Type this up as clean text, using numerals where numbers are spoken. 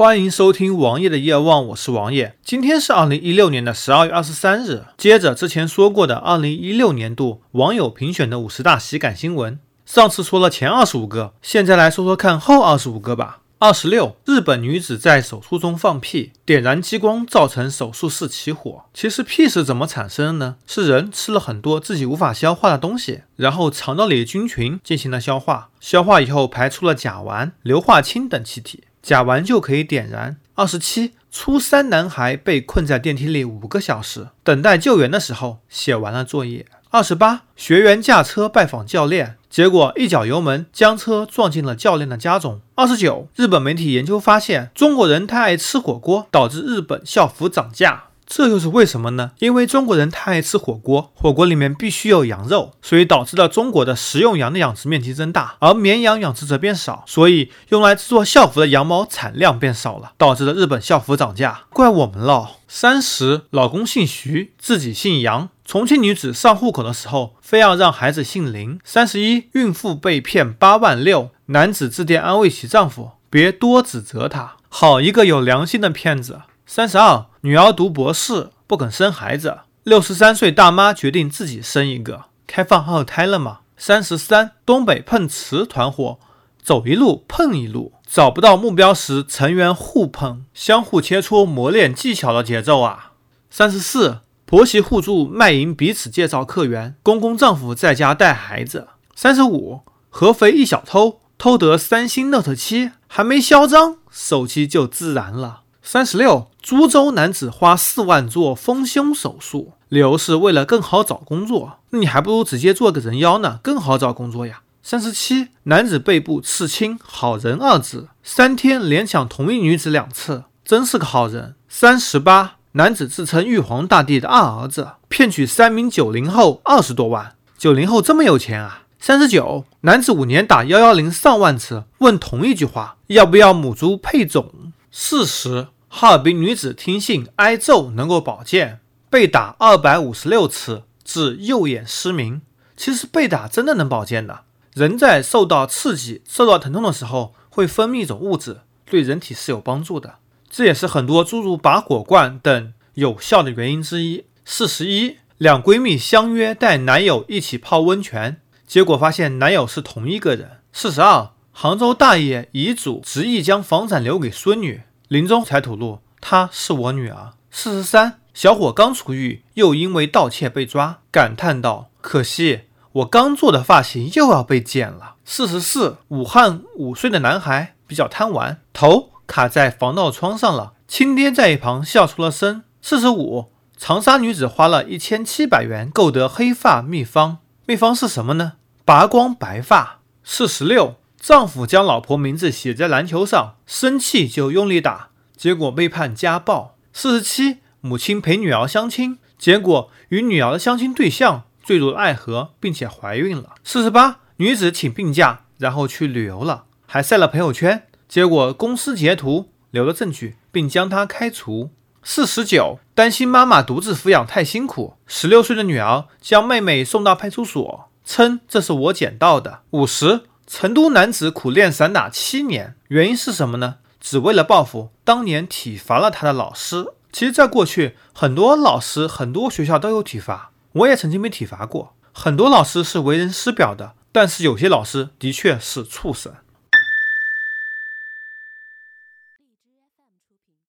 欢迎收听王爷的夜望，我是王爷。今天是2016年的12月23日。接着之前说过的2016年度网友评选的50大喜感新闻，上次说了前25个，现在来说说看后25个吧。26，日本女子在手术中放屁，点燃激光造成手术室起火。其实屁是怎么产生的呢？是人吃了很多自己无法消化的东西，然后肠道里菌群进行了消化，消化以后排出了甲烷、硫化氢等气体，甲烷就可以点燃。27，初三男孩被困在电梯里5个小时，等待救援的时候写完了作业。28，学员驾车拜访教练，结果一脚油门将车撞进了教练的家中。29，日本媒体研究发现，中国人太爱吃火锅，导致日本校服涨价。这又是为什么呢？因为中国人太爱吃火锅，火锅里面必须有羊肉，所以导致了中国的食用羊的养殖面积增大，而绵羊养殖则变少，所以用来制作校服的羊毛产量变少了，导致了日本校服涨价，怪我们了。30，老公姓徐，自己姓杨。重庆女子上户口的时候，非要让孩子姓林。31，孕妇被骗8万6，男子致电安慰其丈夫，别多指责他，好一个有良心的骗子。32，女儿读博士不肯生孩子，63岁大妈决定自己生一个，开放二胎了吗？33，东北碰瓷团伙，走一路碰一路，找不到目标时成员互碰，相互切磋磨练技巧的节奏啊。34，婆媳互助卖淫彼此介绍客源，公公丈夫在家带孩子。35，合肥一小偷偷得3星 Note 7，还没嚣张，手机就自燃了。36，株洲男子花4万做丰胸手术，理由是为了更好找工作。你还不如直接做个人妖呢，更好找工作呀。37，男子背部刺青好人2字，3天连抢同一女子2次，真是个好人。38，男子自称玉皇大帝的二儿子，骗取3名90后20多万，90后这么有钱啊。39，男子5年打110上万次，问同一句话，要不要母猪配种。40，哈尔滨女子听信挨揍能够保健，被打256次致右眼失明。其实被打真的能保健的，人在受到刺激、受到疼痛的时候会分泌一种物质，对人体是有帮助的，这也是很多诸如拔火罐等有效的原因之一。41，两闺蜜相约带男友一起泡温泉，结果发现男友是同一个人。42，杭州大爷遗嘱执意将房产留给孙女，临终才吐露她是我女儿。43，小伙刚出狱又因为盗窃被抓，感叹道，可惜我刚做的发型又要被剪了。44，武汉5岁的男孩比较贪玩，头卡在防盗窗上了，亲爹在一旁笑出了声。45，长沙女子花了1700元购得黑发秘方，秘方是什么呢？拔光白发。46，丈夫将老婆名字写在篮球上，生气就用力打，结果被判家暴。47，母亲陪女儿相亲，结果与女儿的相亲对象坠入爱河，并且怀孕了。48，女子请病假，然后去旅游了，还晒了朋友圈，结果公司截图留了证据，并将她开除。49，担心妈妈独自抚养太辛苦，16岁的女儿将妹妹送到派出所，称这是我捡到的。50，成都男子苦练散打7年，原因是什么呢？只为了报复当年体罚了他的老师。其实在过去，很多老师很多学校都有体罚，我也曾经被体罚过。很多老师是为人师表的，但是有些老师的确是畜生。